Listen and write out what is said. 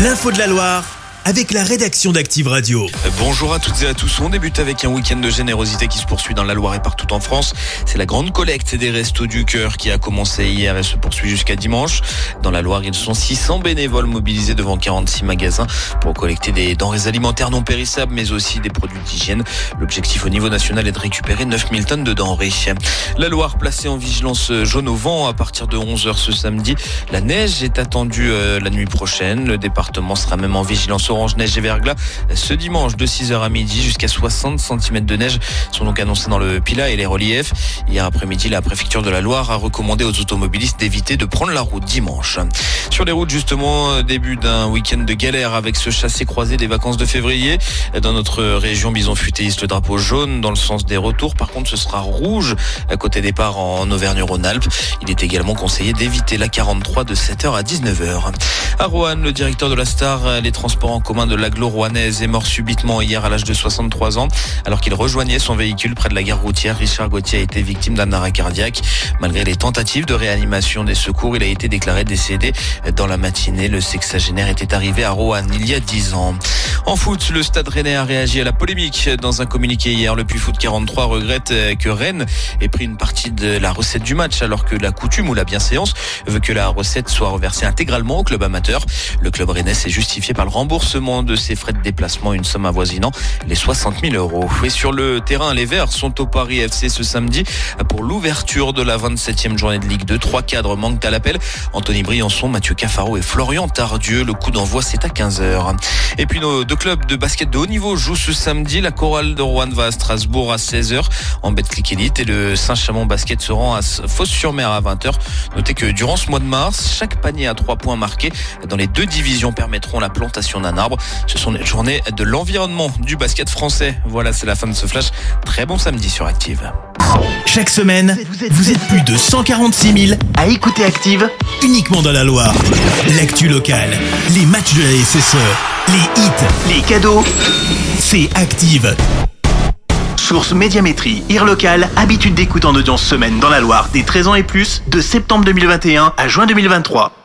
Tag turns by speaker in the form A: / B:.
A: L'info de la Loire avec la rédaction d'Active Radio.
B: Bonjour à toutes et à tous. On débute avec un week-end de générosité qui se poursuit dans la Loire et partout en France. C'est la grande collecte des Restos du Cœur qui a commencé hier et se poursuit jusqu'à dimanche. Dans la Loire, ils sont 600 bénévoles mobilisés devant 46 magasins pour collecter des denrées alimentaires non périssables, mais aussi des produits d'hygiène. L'objectif au niveau national est de récupérer 9000 tonnes de denrées. La Loire placée en vigilance jaune au vent à partir de 11h ce samedi. La neige est attendue la nuit prochaine. Le département sera même en vigilance orange neige et verglas ce dimanche de 6h à midi. Jusqu'à 60 cm de neige sont donc annoncés dans le Pilat et les reliefs. Hier après-midi, la préfecture de la Loire a recommandé aux automobilistes d'éviter de prendre la route dimanche. Sur les routes justement, début d'un week-end de galère avec ce chassé-croisé des vacances de février. Dans notre région, Bison Futé hisse le drapeau jaune dans le sens des retours. Par contre, ce sera rouge à côté départ en Auvergne-Rhône-Alpes. Il est également conseillé d'éviter la 43 de 7h à 19h. À Roanne, le directeur de la Star, les transports en commun de l'agglo rouennaise est mort subitement hier à l'âge de 63 ans. Alors qu'il rejoignait son véhicule près de la gare routière, Richard Gauthier a été victime d'un arrêt cardiaque. Malgré les tentatives de réanimation des secours, il a été déclaré décédé dans la matinée. Le sexagénaire était arrivé à Roanne il y a 10 ans. En foot, le Stade Rennais a réagi à la polémique. Dans un communiqué hier, le Puy-Foot 43 regrette que Rennes ait pris une partie de la recette du match, alors que la coutume ou la bienséance veut que la recette soit reversée intégralement au club amateur. Le club rennais s'est justifié par le remboursement de ses frais de déplacement, une somme avoisinant les 60 000 €. Et sur le terrain, les Verts sont au Paris FC ce samedi pour l'ouverture de la 27e journée de Ligue 2. 3 cadres manquent à l'appel. Anthony Briançon, Mathieu Cafaro et Florian Tardieu. Le coup d'envoi, c'est à 15h. Et puis nos deux clubs de basket de haut niveau jouent ce samedi. La Chorale de Roanne va à Strasbourg à 16h en Betclic Elite et le Saint-Chamond Basket se rend à Fos-sur-Mer à 20h. Notez que durant ce mois de mars, chaque panier à 3 points marqués dans les 2 divisions permettront la plantation d'un arbre. Ce sont les journées de l'environnement du basket français. Voilà, c'est la fin de ce flash. Très bon samedi sur Active.
A: Chaque semaine, vous êtes plus de 146 000 à écouter Active uniquement dans la Loire. L'actu locale, les matchs de la SSE, les hits, les cadeaux, c'est Active. Source Médiamétrie, IR local, habitude d'écoute en audience semaine dans la Loire des 13 ans et plus, de septembre 2021 à juin 2023.